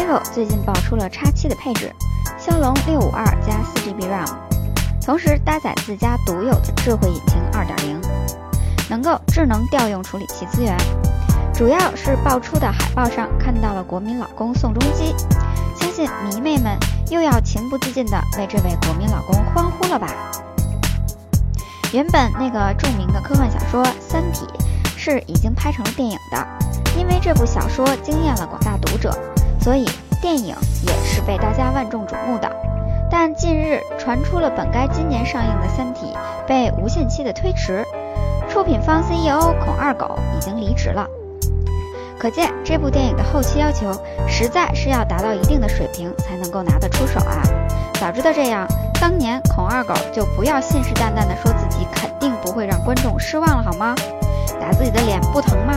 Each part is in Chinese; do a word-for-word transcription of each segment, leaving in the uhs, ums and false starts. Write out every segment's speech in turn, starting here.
vivo 最近爆出了 X 七 的配置，骁龙六五二加 四 G B RAM， 同时搭载自家独有的智慧引擎 二点零， 能够智能调用处理器资源。主要是爆出的海报上看到了国民老公宋仲基，相信迷妹们又要情不自禁地为这位国民老公欢呼了吧。原本那个著名的科幻小说《三体》是已经拍成了电影的，因为这部小说惊艳了广大读者，所以电影也是被大家万众瞩目的。但近日传出了本该今年上映的《三体》被无限期的推迟，出品方 C E O 孔二狗已经离职了。可见这部电影的后期要求实在是要达到一定的水平才能够拿得出手啊！早知道这样，当年孔二狗就不要信誓旦旦地说自己肯定不会让观众失望了好吗？打自己的脸不疼吗？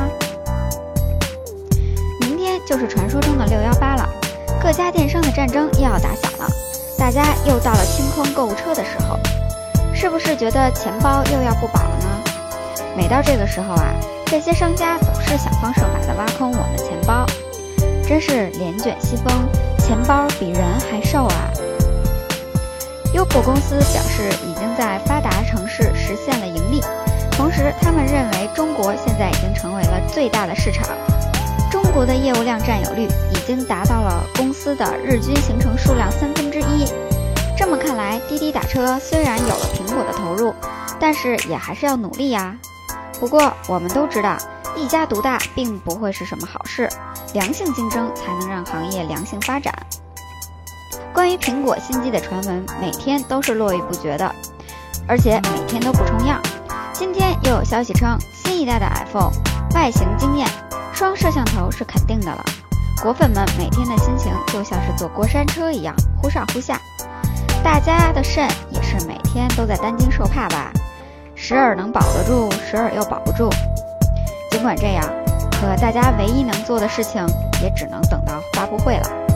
明天就是传说中的六一八了，各家电商的战争又要打响了，大家又到了清空购物车的时候，是不是觉得钱包又要不保了呢？每到这个时候啊，这些商家总是想方设法地挖空我们的钱包，真是帘卷西风，钱包比人还瘦啊。优酷公司表示已经在发达城市实现了盈利，同时他们认为中国现在已经成为了最大的市场，中国的业务量占有率已经达到了公司的日均行程数量三分之一。这么看来，滴滴打车虽然有了苹果的投入，但是也还是要努力呀。不过我们都知道，一家独大并不会是什么好事，良性竞争才能让行业良性发展。关于苹果新机的传闻每天都是络绎不绝的，而且每天都不重样。今天又有消息称，新一代的 iPhone 外形惊艳，双摄像头是肯定的了。果粉们每天的心情就像是坐过山车一样，忽上忽下。大家的肾也是每天都在担惊受怕吧，时而能保得住，时而又保不住。尽管这样，可大家唯一能做的事情也只能等到发布会了。